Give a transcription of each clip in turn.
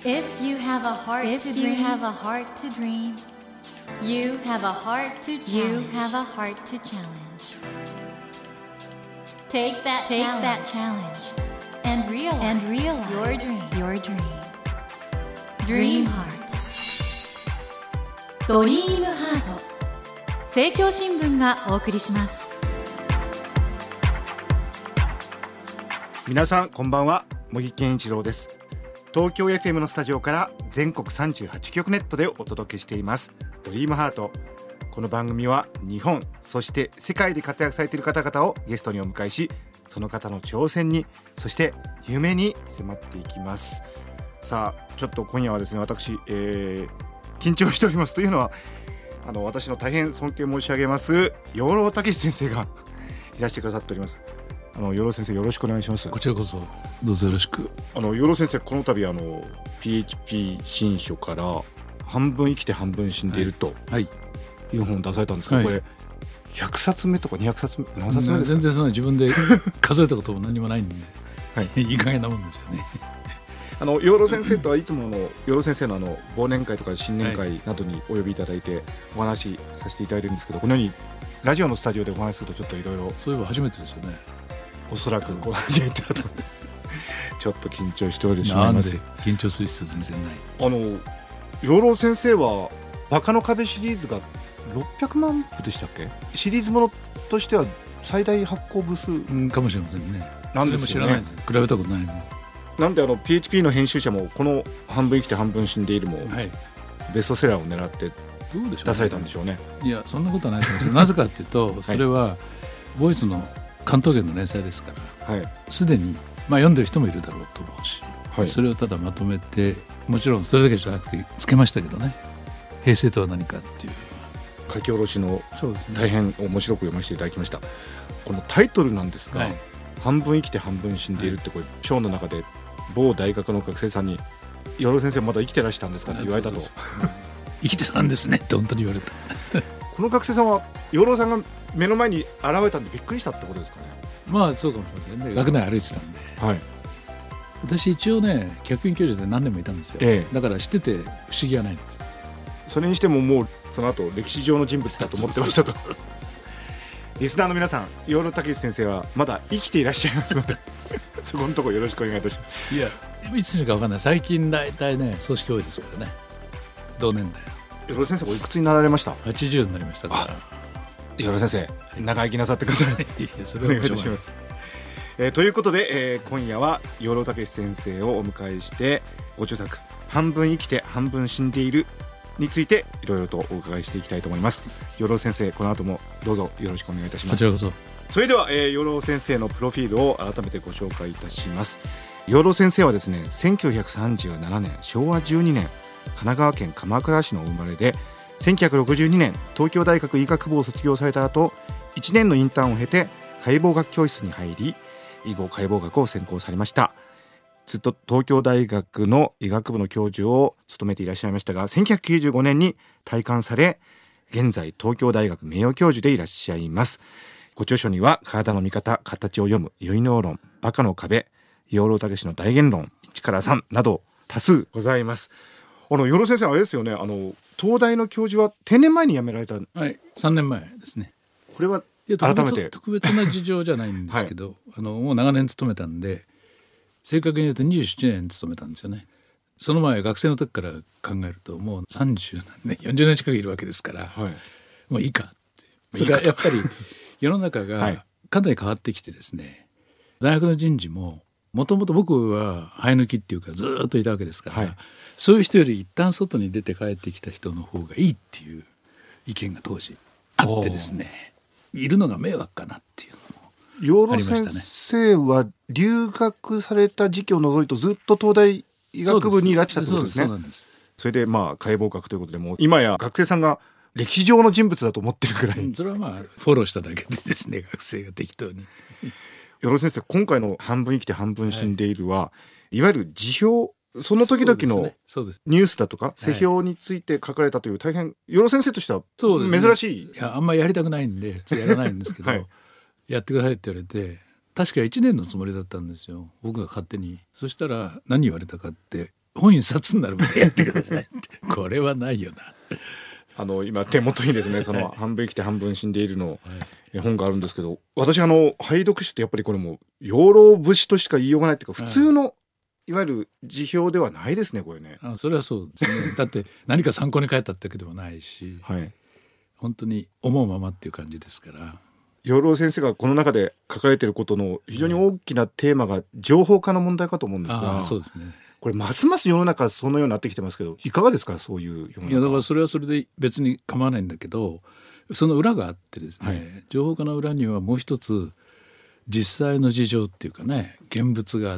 If you have a heart to dream, you have a heart to dream. You have a heart to challenge. You have a heart to challenge. Take that challenge and realize your dream. Dream Heart. ドリームハート。政教新聞がお送りします。 皆さんこんばんは、茂木健一郎です。東京 FM のスタジオから全国38局ネットでお届けしていますドリームハート。この番組は日本そして世界で活躍されている方々をゲストにお迎えし、その方の挑戦にそして夢に迫っていきます。さあちょっと今夜はですね、私、緊張しております。というのは私の大変尊敬申し上げます養老孟司先生がいらしてくださっております。養老先生よろしくお願いします。 こちらこそどうぞよろしく。 養老先生、この度PHP 新書から半分生きて半分死んでいるという本を出されたんですけど、これ100冊目とか200冊目何冊目ですか？ 全然そんな自分で数えたことも何もないんで、いい加減なもんですよね。 養老先生とはいつも養老先生の忘年会とか新年会などにお呼びいただいてお話しさせていただいてるんですけど、このようにラジオのスタジオでお話しするとちょっといろいろ、 そういえば初めてですよね。 おそらく初めてだと思いますちょっと緊張しておりしまいます。 なんで緊張する必要全然ない。 養老先生はバカの壁シリーズが600万部でしたっけ？シリーズものとしては最大発行部数、 かもしれませんね。 なんですよね。 それも知らないです。比べたことないの。 なんでPHP の編集者もこの半分生きて半分死んでいるも、ベストセラーを狙って出されたんでしょうね。 いやそんなことはないと思います。なぜかっていうとそれはボイスの関東圏の連載ですからすで、に読んでる人もいるだろうと思うし、それをただまとめて、もちろんそれだけじゃなくてつけましたけどね、平成とは何かっていう書き下ろしの大変面白く読ませていただきました。このタイトルなんですが、半分生きて半分死んでいるって、これショーの中で某大学の学生さんに養老先生まだ生きてらしたんですかって言われたと。 生きてたんですねって本当に言われたこの学生さんは養老さんが目の前に現れたんでびっくりしたってことですかね。 まあそうかもしれないね。学内歩いてたんで、私一応ね客員教授で何年もいたんですよ、だから知ってて不思議はないんです。 それにしてももうその後歴史上の人物だと思ってましたとリスナーの皆さん、養老孟司先生はまだ生きていらっしゃいますのでそこのところよろしくお願いいたします。 いやいつにか分かんない。最近大体ね葬式多いですからね。同年代。 養老先生おいくつになられました ？80になりましたから。 養老先生、長生きなさってくださいそれはお願いいたします。 ということで、今夜は養老孟司先生をお迎えしてご著作半分生きて半分死んでいるについていろいろとお伺いしていきたいと思います。養老先生、この後もどうぞよろしくお願いいたします。 こちらこそ。 それでは、養老先生のプロフィールを改めてご紹介いたします。養老先生はですね、1937年昭和12年神奈川県鎌倉市のお生まれで、1962年東京大学医学部を卒業された後1年のインターンを経て解剖学教室に入り、以後解剖学を専攻されました。ずっと東京大学の医学部の教授を務めていらっしゃいましたが、1995年に退官され、現在東京大学名誉教授でいらっしゃいます。ご著書には体の見方、形を読む結納論、バカの壁、養老孟司の大言論1から3など多数ございます。養老先生あれですよね、東大の教授は定年前に辞められた。 3年前ですね。 これは改めて特別な事情じゃないんですけど、もう長年勤めたんで、正確に言うと27年勤めたんですよね。その前学生の時から考えるともう30何年40年近くいるわけですから、もういいかって。それからやっぱり世の中がかなり変わってきてですね、大学の人事ももともと僕は生え抜きっていうかずっといたわけですから、そういう人より一旦外に出て帰ってきた人の方がいいっていう意見が当時あってですね、いるのが迷惑かなっていうのもありましたね。 養老先生は留学された時期を除いてずっと東大医学部にいらっしゃったってことですね。 そうなんです。 それで解剖学ということで、もう今や学生さんが歴史上の人物だと思ってるくらい、 それはフォローしただけでですね、学生が適当に。 養老先生、今回の半分生きて半分死んでいるは、いわゆる辞表、その時々のニュースだとか世評について書かれたという大変養老先生としては珍しい。 いやあんまりやりたくないんでやらないんですけど、やってくださいって言われて、確か1年のつもりだったんですよ、僕が勝手に。そしたら何言われたかって、 本一冊になるまでやってくださいってこれはないよな。 今手元にですねその半分生きて半分死んでいるの、本があるんですけど、私拝読書ってやっぱりこれも養老節としか言いようがないっていうか、普通のいわゆる辞表ではないですねこれね。 それはそうですねだって何か参考に書いたってわけでもないし、本当に思うままっていう感じですから。 養老先生がこの中で書かれていることの非常に大きなテーマが情報化の問題かと思うんですが、 そうですね。 これますます世の中そのようになってきてますけど、いかがですかそういう世の中。 いやだからそれはそれで別に構わないんだけど、その裏があってですね、情報化の裏にはもう一つ実際の事情っていうかね、現物があって、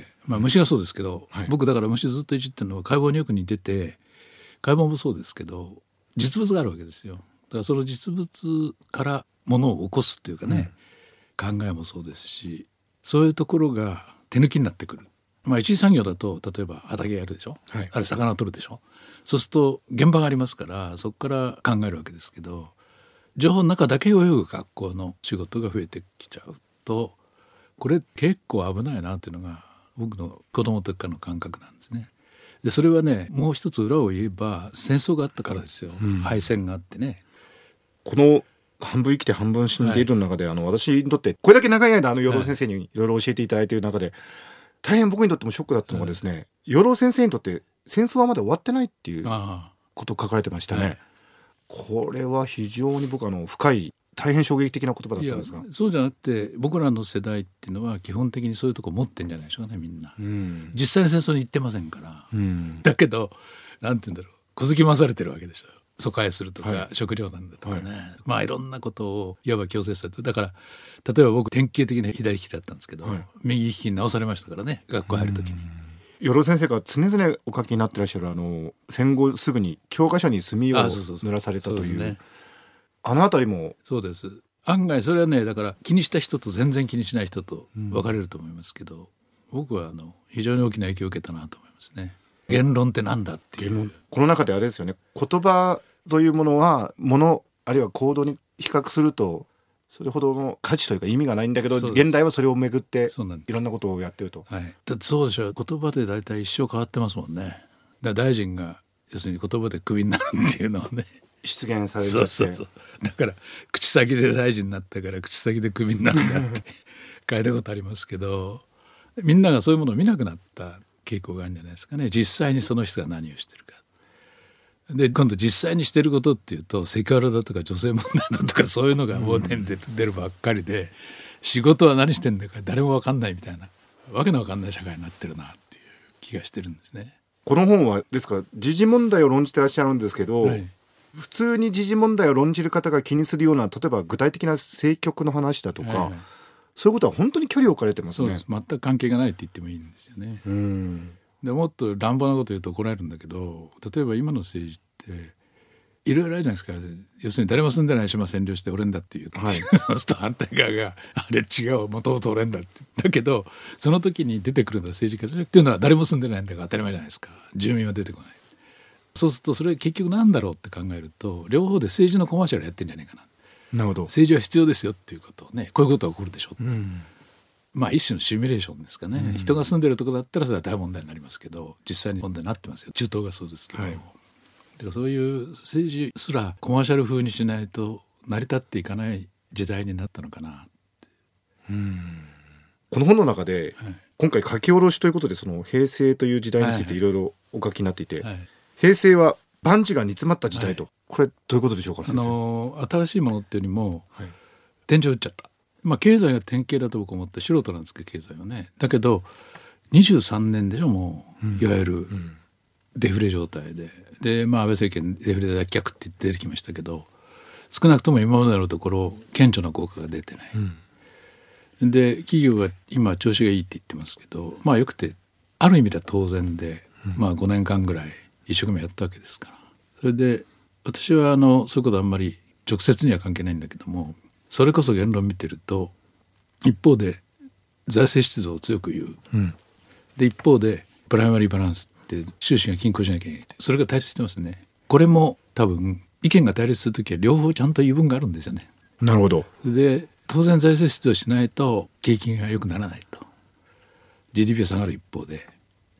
虫がそうですけど、僕だから虫ずっといじってるのは解剖によく似てて、解剖もそうですけど実物があるわけですよ。だからその実物からものを起こすっていうかね、考えもそうですし、そういうところが手抜きになってくる。一次産業だと例えば畑やるでしょ、あれ魚を取るでしょ。そうすると現場がありますからそこから考えるわけですけど、情報の中だけを泳ぐ学校の仕事が増えてきちゃうと、これ結構危ないなっていうのが僕の子供の時からの感覚なんですね。でそれはね、もう一つ裏を言えば戦争があったからですよ、敗戦があってね。 この半分生きて半分死んでいる中で、私にとってこれだけ長い間養老先生にいろいろ教えていただいている中で、大変僕にとってもショックだったのがですね、養老先生にとって戦争はまだ終わってないっていうことを書かれてましたね。これは非常に僕深い大変衝撃的な言葉だったんですが。 そうじゃなくて僕らの世代っていうのは基本的にそういうとこ持ってんじゃないでしょうかね、みんな、実際に戦争に行ってませんから、だけどなんて言うんだろう、小突き回されてるわけでしょ。疎開するとか、食料なんだとかね、いろんなことをいわば強制されて、だから例えば僕典型的な左利きだったんですけど、右利きに直されましたからね、学校入る時に。 養老先生が常々お書きになってらっしゃる戦後すぐに教科書に墨を塗らされたという、あのあたりもそうです。案外それはね、だから気にした人と全然気にしない人と分かれると思いますけど、僕は非常に大きな影響を受けたなと思いますね。言論ってなんだっていう。 この中であれですよね、言葉というものは物あるいは行動に比較するとそれほどの価値というか意味がないんだけど、現代はそれをめぐっていろんなことをやってると。 だってそうでしょう、言葉でだいたい一生変わってますもんね。だから大臣が要するに言葉でクビになるっていうのはね出現されちゃって、 だから口先で大臣になったから口先でクビになるんだって書いたことありますけど、みんながそういうものを見なくなった傾向があるんじゃないですかね。実際にその人が何をしてるかで、今度実際にしてることっていうとセクハラだとか女性問題だとかそういうのが表に出るばっかりで、仕事は何してんだか誰も分かんないみたいな、わけの分かんない社会になってるなっていう気がしてるんですね。 この本はですから時事問題を論じてらっしゃるんですけど、普通に時事問題を論じる方が気にするような、例えば具体的な政局の話だとか、そういうことは本当に距離を置かれてますね。 そうです、全く関係がないって言ってもいいんですよね。でもっと乱暴なこと言うと怒られるんだけど、例えば今の政治っていろいろあるじゃないですか。要するに誰も住んでない島占領して俺んだっていう、そうすると反対側があれ違う、もともと俺んだって。だけどその時に出てくるのは政治家っていうのは誰も住んでないんだから当たり前じゃないですか。住民は出てこない。そうするとそれ結局なんだろうって考えると、両方で政治のコマーシャルやってんじゃないかな。 なるほど。 政治は必要ですよっていうことをね、こういうことが起こるでしょう、一種のシミュレーションですかね、人が住んでるとこだったらそれは大問題になりますけど、実際に問題になってますよ。中東がそうですけど、だからそういう政治すらコマーシャル風にしないと成り立っていかない時代になったのかなって。 この本の中で、今回書き下ろしということでその平成という時代についていろいろお書きになっていて、平成は万事が煮詰まった時代と、これどういうことでしょうか先生。 新しいものっていうよりも、天井打っちゃった。経済が典型だと僕思って素人なんですけど、経済はね。だけど23年でしょ、もう、いわゆるデフレ状態で、安倍政権デフレ脱却って出てきましたけど、少なくとも今までのところ顕著な効果が出てない、で企業が今調子がいいって言ってますけど、よくてある意味では当然で、5年間ぐらい一生懸命やったわけですから。それで私はそういうことあんまり直接には関係ないんだけども、それこそ言論見てると一方で財政出動を強く言う、で一方でプライマリーバランスって収支が均衡しなきゃいけない、それが対立してますね。これも多分意見が対立するときは両方ちゃんと言い分があるんですよね。 なるほど。 で当然財政出動しないと景気が良くならないと、 GDP は下がる一方で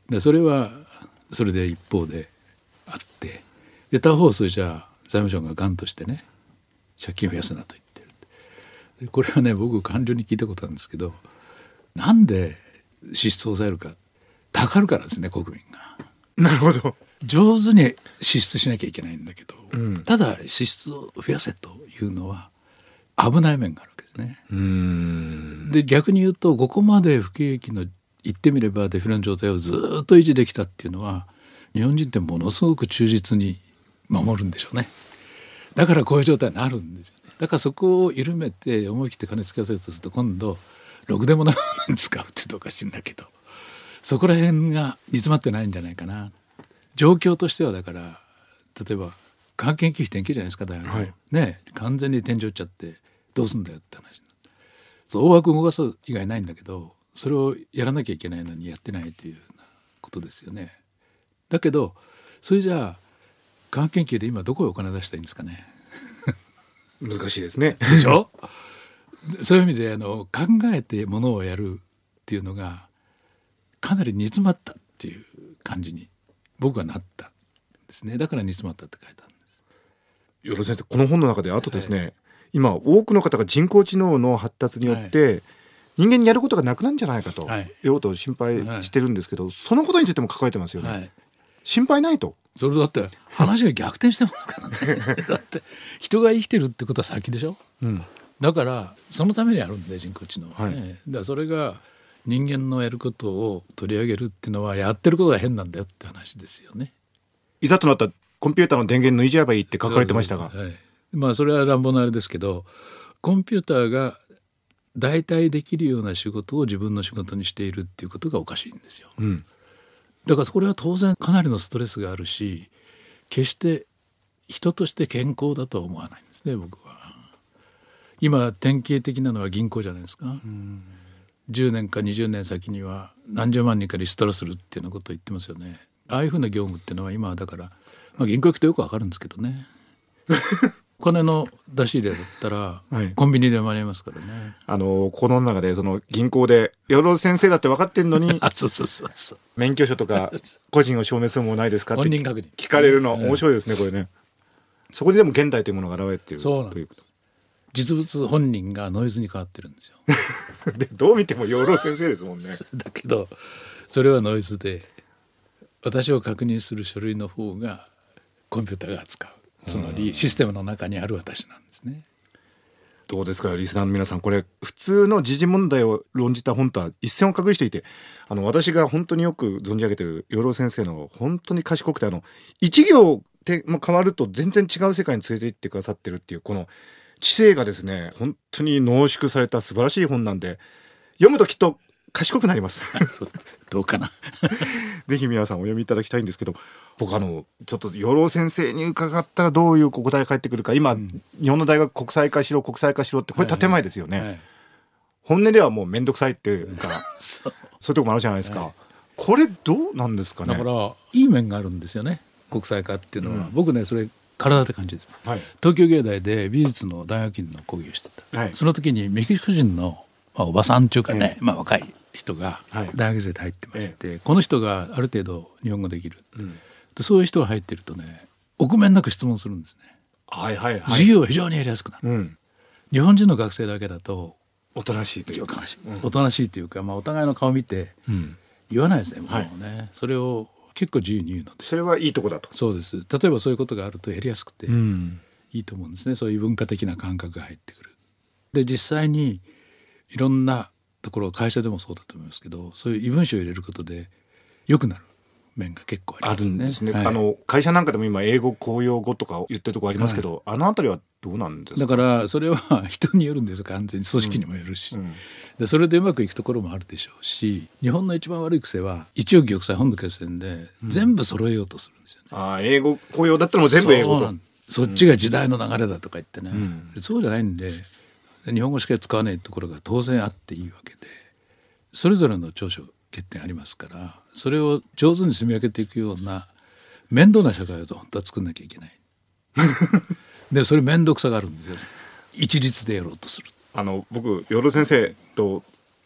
でそれはそれで一方であって、で他方それじゃあ財務省がガンとしてね借金を増やすなと言ってる。でこれはね僕官僚に聞いたことあるんですけど、なんで支出を抑えるか、たかるからですね国民が。 なるほど。 上手に支出しなきゃいけないんだけど、ただ支出を増やせというのは危ない面があるわけですね。で逆に言うとここまで不景気の言ってみればデフレの状態をずっと維持できたっていうのは日本人ってものすごく忠実に守るんでしょうね。だからこういう状態になるんですよね。だからそこを緩めて思い切って金使わせようとすると今度ろくでもないものに使うって言うとおかしいんだけど、そこら辺が煮詰まってないんじゃないかな。状況としてはだから例えば科学研究費典型じゃないですか大学、はい、ね、完全に天井っちゃってどうすんだよって話になって、大枠動かす以外ないんだけどそれをやらなきゃいけないのにやってないというようなことですよね。だけどそれじゃあ科学研究で今どこへお金出したらいいんですかね。 難しいですね。 でしょ。そういう意味で考えてものをやるっていうのがかなり煮詰まったっていう感じに僕はなったんですね。だから煮詰まったって書いたんです。 養老先生、この本の中であとですね、はい、今多くの方が人工知能の発達によって、はい、人間にやることがなくなるんじゃないかと、はい、やろうと心配してるんですけど、はい、そのことについても書かれてますよね、はい、心配ないと。 それだって話が逆転してますからね。だって人が生きてるってことは先でしょ、だからそのためにあるんで人工知能はね、はい、だからそれが人間のやることを取り上げるっていうのはやってることが変なんだよって話ですよね。 いざとなったらコンピューターの電源抜いちゃえばいいって書かれてましたが、 はい、まあそれは乱暴なあれですけど、コンピューターが代替できるような仕事を自分の仕事にしているっていうことがおかしいんですよ、だからこれは当然かなりのストレスがあるし、決して人として健康だとは思わないんですね僕は。今典型的なのは銀行じゃないですか、10年か20年先には何十万人かリストラするっていうようなことを言ってますよね。ああいうふうな業務っていうのは今だから、銀行行くとよくわかるんですけどね。お金の出し入れだったら、はい、コンビニで間に合いますからね。 この中でその銀行で養老先生だって分かってんのにそう免許証とか個人を証明するものないですかって本人確認聞かれるの面白いですね、これね。そこででも現代というものが現れているということ。 実物本人がノイズに変わってるんですよ。 でどう見ても養老先生ですもんね。 だけどそれはノイズで、私を確認する書類の方がコンピューターが扱う、つまりシステムの中にある私なんですね。 どうですかリスナーの皆さん、これ普通の時事問題を論じた本とは一線を画していて、私が本当によく存じ上げている養老先生の本当に賢くて、一行でも変わると全然違う世界に連れて行ってくださってるっていうこの知性がですね、本当に濃縮された素晴らしい本なんで、読むときっと賢くなります。 どうかな。 ぜひ皆さんお読みいただきたいんですけど、僕ちょっと養老先生に伺ったらどういう答えが返ってくるか。今、日本の大学国際化しろってこれ建前ですよね、本音ではもうめんどくさいっていうかそういうとこもあるじゃないですか、これどうなんですかね。 だからいい面があるんですよね国際化っていうのは、僕ねそれ体で感じる、東京芸大で美術の大学院の講義をしてた、その時にメキシコ人の、おばさんっていうかね、若い人が大学生で入ってまして、この人がある程度日本語できる、でそういう人が入ってるとね、臆面なく質問するんですね、授業が非常にやりやすくなる、日本人の学生だけだとおとなしいというか、 おとなしいというか、お互いの顔見て言わないですね、もうね、それを結構自由に言うので、 それはいいとこだと。 そうです。例えばそういうことがあるとやりやすくていいと思うんですね、そういう文化的な感覚が入ってくる。で実際にいろんなところ、会社でもそうだと思いますけど、そういう異文書を入れることで良くなる面が結構ありますね。 あるんですね、会社なんかでも今英語公用語とか言ってるところありますけど、あのあたりはどうなんですか。 だからそれは人によるんですよ、完全に組織にもよるし、でそれでうまくいくところもあるでしょうし、日本の一番悪い癖は一億玉砕本土決戦で全部揃えようとするんですよね、英語公用だったらもう全部英語と、 そっちが時代の流れだとか言ってね、そうじゃないんで、日本語しか使わないところが当然あっていいわけで、それぞれの長所欠点ありますから、それを上手に積み上げていくような面倒な社会を本当は作んなきゃいけないでそれ面倒くさがあるんですよ、一律でやろうとする。 僕養老先生と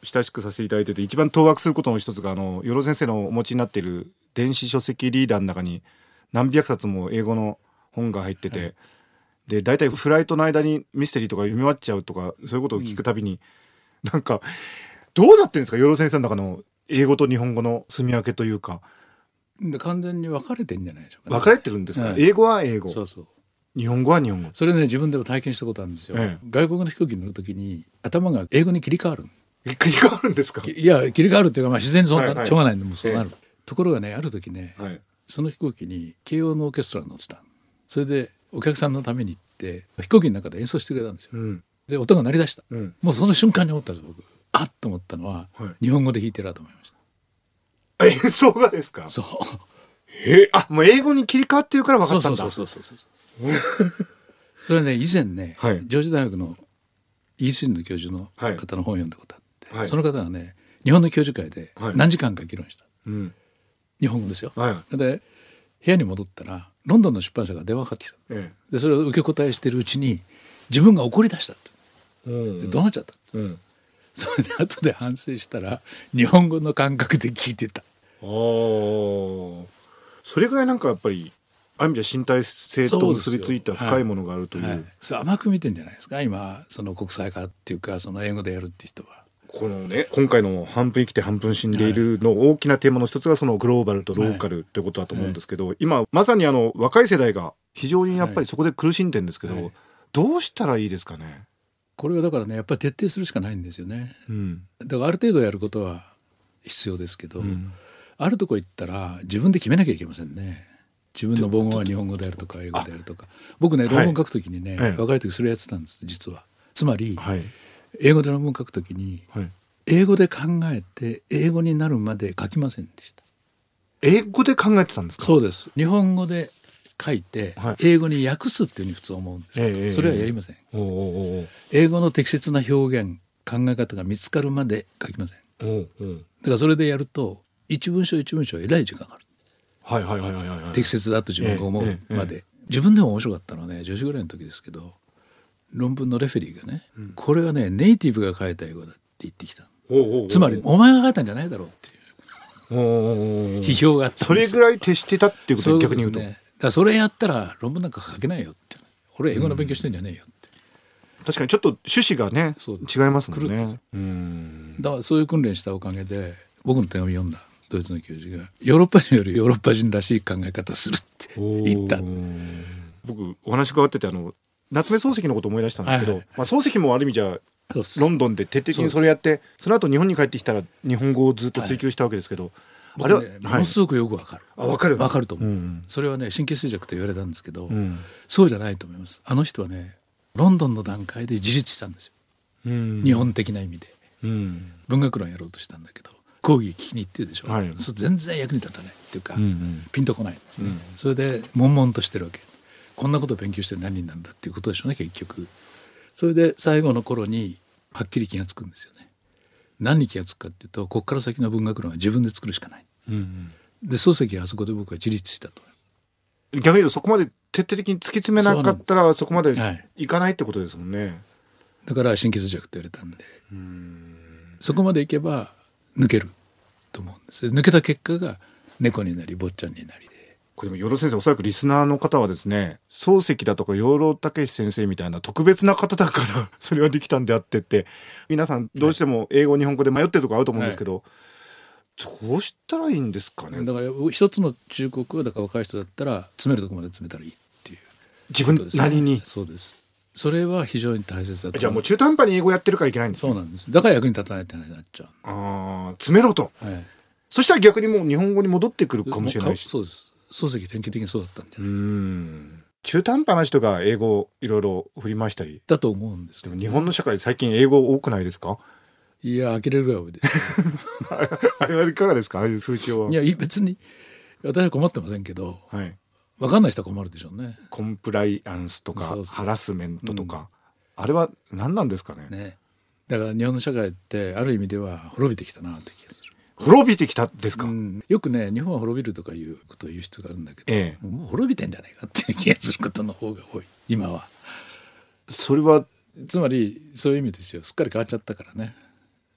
親しくさせていただいてて一番当惑することの一つが養老先生のお持ちになっている電子書籍リーダーの中に何百冊も英語の本が入ってて、で大体フライトの間にミステリーとか読み終わっちゃうとかそういうことを聞くたびに、なんかどうなってるんですか養老先生の中の英語と日本語の住み分けというか。 で完全に分かれてるんじゃないでしょうかね。 分かれてるんですか、英語は英語、 そうそう、 日本語は日本語。 それね自分でも体験したことあるんですよ、外国の飛行機に乗るときに頭が英語に切り替わる。 切り替わるんですか。 いや切り替わるっていうか、自然にそうな、しょうがないんでもうそうなる、ところがねある時ね、その飛行機に慶応のオーケストラが乗ってた。それでお客さんのために行って飛行機の中で演奏してくれたんですよ、で音が鳴り出した、もうその瞬間に思ったんです僕。あっと思ったのは、日本語で弾いてるなと思いました。 演奏がですか。 そうもう英語に切り替わってるから分かったんだ。そうそれはね以前ね、ジョージ大学のイギリス人の教授の方の本を読んだことあって、その方がね日本の教授会で何時間か議論した、日本語ですよ、で部屋に戻ったらロンドンの出版社が電話かかってきた、でそれを受け答えしてるうちに自分が怒り出したって、どうなっちゃった、それで後で反省したら日本語の感覚で聞いてた。 それぐらいなんかやっぱりある意味じゃ身体性と結びついた深いものがあるという。 それ甘く見てんじゃないですか今その国際化っていうかその英語でやるって人は。 このね今回の半分生きて半分死んでいるの大きなテーマの一つがそのグローバルとローカルということだと思うんですけど、今まさに若い世代が非常にやっぱりそこで苦しんでるんですけど、どうしたらいいですかね。 これはだからねやっぱり徹底するしかないんですよね、だからある程度やることは必要ですけど、あるとこ行ったら自分で決めなきゃいけませんね。自分の母語は日本語であるとか英語であるとか。僕ね論文書くときにね、若い時それやってたんです実は。つまり、英語で論文書くときに、英語で考えて英語になるまで書きませんでした。 英語で考えてたんですか。 そうです。日本語で書いて、英語に訳すっていうふうに普通思うんですけど、それはやりません。英語の適切な表現考え方が見つかるまで書きません。だからそれでやると一文章一文章えらい時間がかかる。適切だと自分が思うまで、自分でも面白かったのはね女子ぐらいの時ですけど論文のレフェリーがね、これはねネイティブが書いた英語だって言ってきた。つまりお前が書いたんじゃないだろうっていう批評があったんです。 それぐらい徹してたっていうことを逆に言うと、 だからそれやったら論文なんか書けないよって、俺英語の勉強してんじゃねえよって、 確かにちょっと趣旨がね違いますもんね。 だからそういう訓練したおかげで僕の手紙読んだドイツの教授がヨーロッパ人よりヨーロッパ人らしい考え方するって言った。 僕お話伺ってて夏目漱石のことを思い出したんですけど、漱石もある意味じゃロンドンで徹底的にそれやって、その後日本に帰ってきたら日本語をずっと追求したわけですけど、 あれはものすごくよくわかる。 わかると思う、それはね神経衰弱と言われたんですけど、そうじゃないと思います。あの人はねロンドンの段階で自立したんですよ、日本的な意味で、文学論やろうとしたんだけど講義聞きに行ってるでしょ、それ全然役に立たないっていうか、ピンとこないんですね、それで悶々としてるわけ。こんなことを勉強して何になるんだっていうことでしょうね結局。それで最後の頃にはっきり気がつくんですよね。何に気がつくかっていうとここから先の文学論は自分で作るしかない、で漱石はあそこで僕は自立したと。 逆に言うとそこまで徹底的に突き詰めなかったら そこまでいかないってことですもんね、 だから神経衰弱って言われたんで、そこまでいけば抜けると思うんです。抜けた結果が猫になり坊ちゃんになりで。 これでも養老先生おそらくリスナーの方はですね漱石だとか養老孟司先生みたいな特別な方だからそれはできたんであってって皆さんどうしても英語日本語で迷ってるところあると思うんですけど、どうしたらいいんですかね。 だから一つの忠告はだから若い人だったら詰めるところまで詰めたらいいっていう、 自分なりに。 そうです。それは非常に大切だと思う。 じゃあもう中途半端に英語やってるからいけないんですか。 そうなんです。だから役に立たないって話になっちゃう。詰めろと、そしたら逆にもう日本語に戻ってくるかもしれないし。 そうです。漱石典型的にそうだったんじゃない。 中途半端な人が英語いろいろ振り回したりだと思うんですけど、 でも日本の社会最近英語多くないですか。 いや呆れるぐらい多いですあれはいかがですかああいう風潮は。 いや別に私は困ってませんけど、分かんない人は困るでしょうね。 コンプライアンスとかハラスメントとか、あれは何なんですか ね。 だから日本の社会ってある意味では滅びてきたなって気がする。 滅びてきたですか。 よくね日本は滅びるとかいうことを言う人があるんだけど、もう滅びてんじゃないかっていう気がすることの方が多い今は。 それはつまりそういう意味ですよ。すっかり変わっちゃったからね。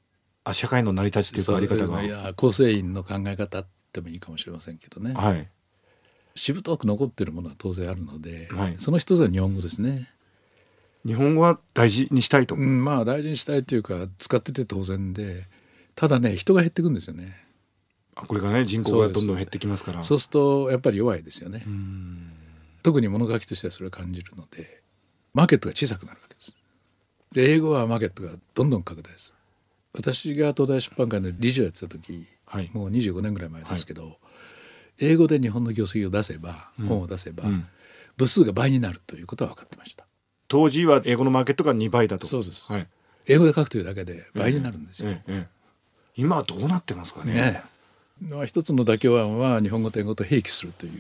社会の成り立ちというかあり方が、 いや構成員の考え方ってもいいかもしれませんけどね、 はい、 しぶとく残っているものは当然あるので、 はい、 その一つは日本語ですね。 日本語は大事にしたいと、 まあ大事にしたいというか使ってて当然で、ただね人が減っていくんですよね。 これがね人口がどんどん減ってきますから、 そうするとやっぱり弱いですよね。特に物書きとしてはそれを感じるので、マーケットが小さくなるわけです。で英語はマーケットがどんどん拡大する。私が東大出版会の理事をやってた時、はい、もう25年ぐらい前ですけど、はい、英語で日本の業績を出せば、本を出せば、部数が倍になるということは分かってました。 当時は英語のマーケットが2倍だと。 そうです、 はい、 英語で書くというだけで倍になるんですよ、 今はどうなってますかね。 一つの妥協案は日本語と英語と併記するという、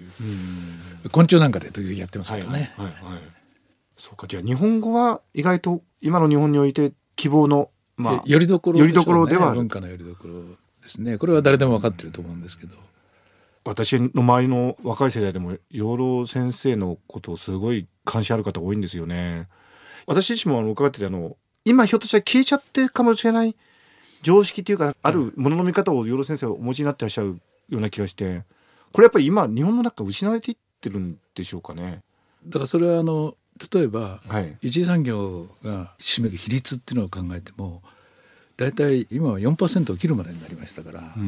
昆虫なんかで時々やってますからね、 そうか、じゃあ日本語は意外と今の日本において希望の、 よりどころではある、 文化のよりどころですね。これは誰でも分かってると思うんですけど、 私の周りの若い世代でも養老先生のことをすごい関心ある方多いんですよね。私自身も伺ってて今ひょっとしたら消えちゃってるかもしれない常識というか、あるものの見方を養老先生はお持ちになってらっしゃるような気がして、これやっぱり今日本の中失われていってるんでしょうかね。 だからそれは例えば、一次産業が占める比率っていうのを考えても、だいたい今は 4% を切るまでになりましたから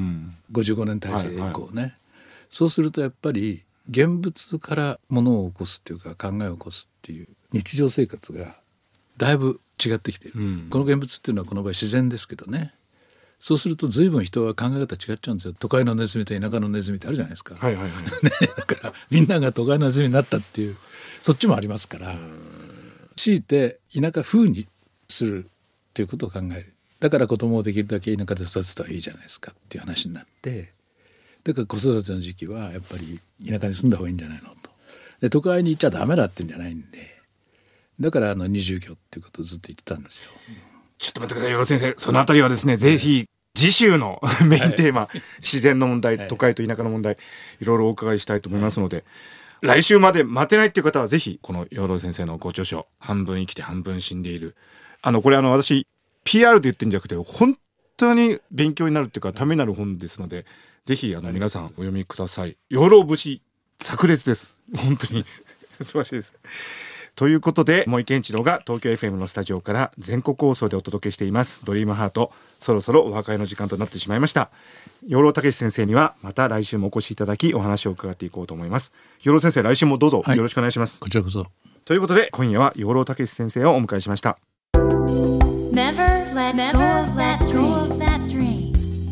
、55年体制以降ね、そうするとやっぱり現物から物を起こすっていうか考えを起こすっていう日常生活がだいぶ違ってきている、この現物っていうのはこの場合自然ですけどね。そうすると随分人は考え方違っちゃうんですよ。都会のネズミと田舎のネズミってあるじゃないですか、だからみんなが都会のネズミになったっていうそっちもありますから、強いて田舎風にするっていうことを考える。だから子供をできるだけ田舎で育てたらいいじゃないですかっていう話になって、だから子育ての時期はやっぱり田舎に住んだ方がいいんじゃないのと。で都会に行っちゃダメだっていうんじゃないんで、だから二重業っていうことをずっと言ってたんですよ。 ちょっと待ってください、養老先生。そのあたりはですね、ぜひ次週のメインテーマ、自然の問題、都会と田舎の問題、いろいろお伺いしたいと思いますので、来週まで待てないっていう方はぜひこの養老先生のご著書、半分生きて半分死んでいる、これ私 PR で言ってるんじゃなくて本当に勉強になるっていうかためになる本ですので、ぜひ皆さんお読みください。養老節炸裂です。本当に素晴らしいです。ということで、森健一郎が東京 FM のスタジオから全国放送でお届けしていますドリームハート、そろそろお別れの時間となってしまいました。養老孟司先生にはまた来週もお越しいただきお話を伺っていこうと思います。養老先生、来週もどうぞよろしくお願いします。 こちらこそ。 ということで、今夜は養老孟司先生をお迎えしました。 Never let go of that dream.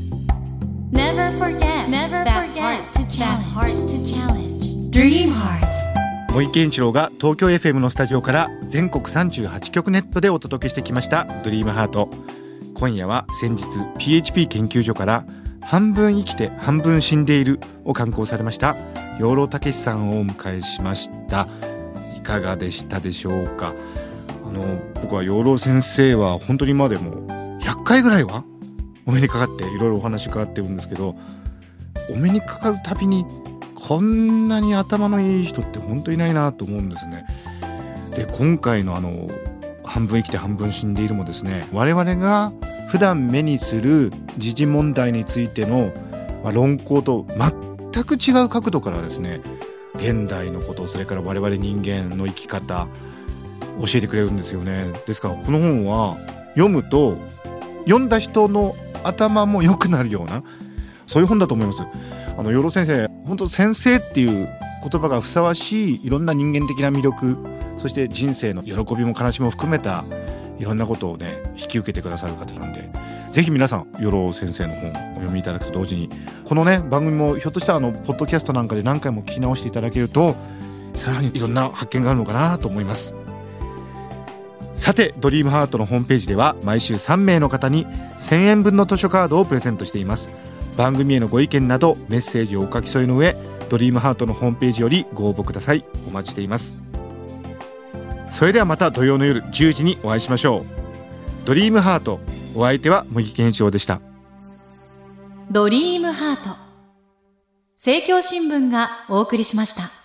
Never forget that heart to challenge. Dream Heart。 森健一郎が東京 FM のスタジオから全国38局ネットでお届けしてきましたドリームハート。今夜は先日 PHP 研究所から半分生きて半分死んでいるを刊行されました養老孟司さんをお迎えしました。いかがでしたでしょうか。僕は養老先生は本当に今でも100回ぐらいはお目にかかっていろいろお話伺ってるんですけど、お目にかかるたびにこんなに頭のいい人って本当いないなと思うんですね。で、今回の半分生きて半分死んでいるもですね、我々が普段目にする時事問題についての、論考と全く違う角度からですね、現代のこと、それから我々人間の生き方教えてくれるんですよね。ですからこの本は読むと読んだ人の頭も良くなるような、そういう本だと思います。養老先生、本当先生っていう言葉がふさわしいいろんな人間的な魅力、そして人生の喜びも悲しみも含めたいろんなことをね引き受けてくださる方なんで、ぜひ皆さん養老先生の本をお読みいただくと同時に、このね番組もひょっとしたらポッドキャストなんかで何回も聞き直していただけるとさらにいろんな発見があるのかなと思います。さて、ドリームハートのホームページでは毎週3名の方に1000円分の図書カードをプレゼントしています。番組へのご意見などメッセージをお書き添えの上、ドリームハートのホームページよりご応募ください。お待ちしています。それではまた土曜の夜10時にお会いしましょう。ドリームハート、お相手は茂木健一郎でした。 ドリームハート、政教新聞がお送りしました。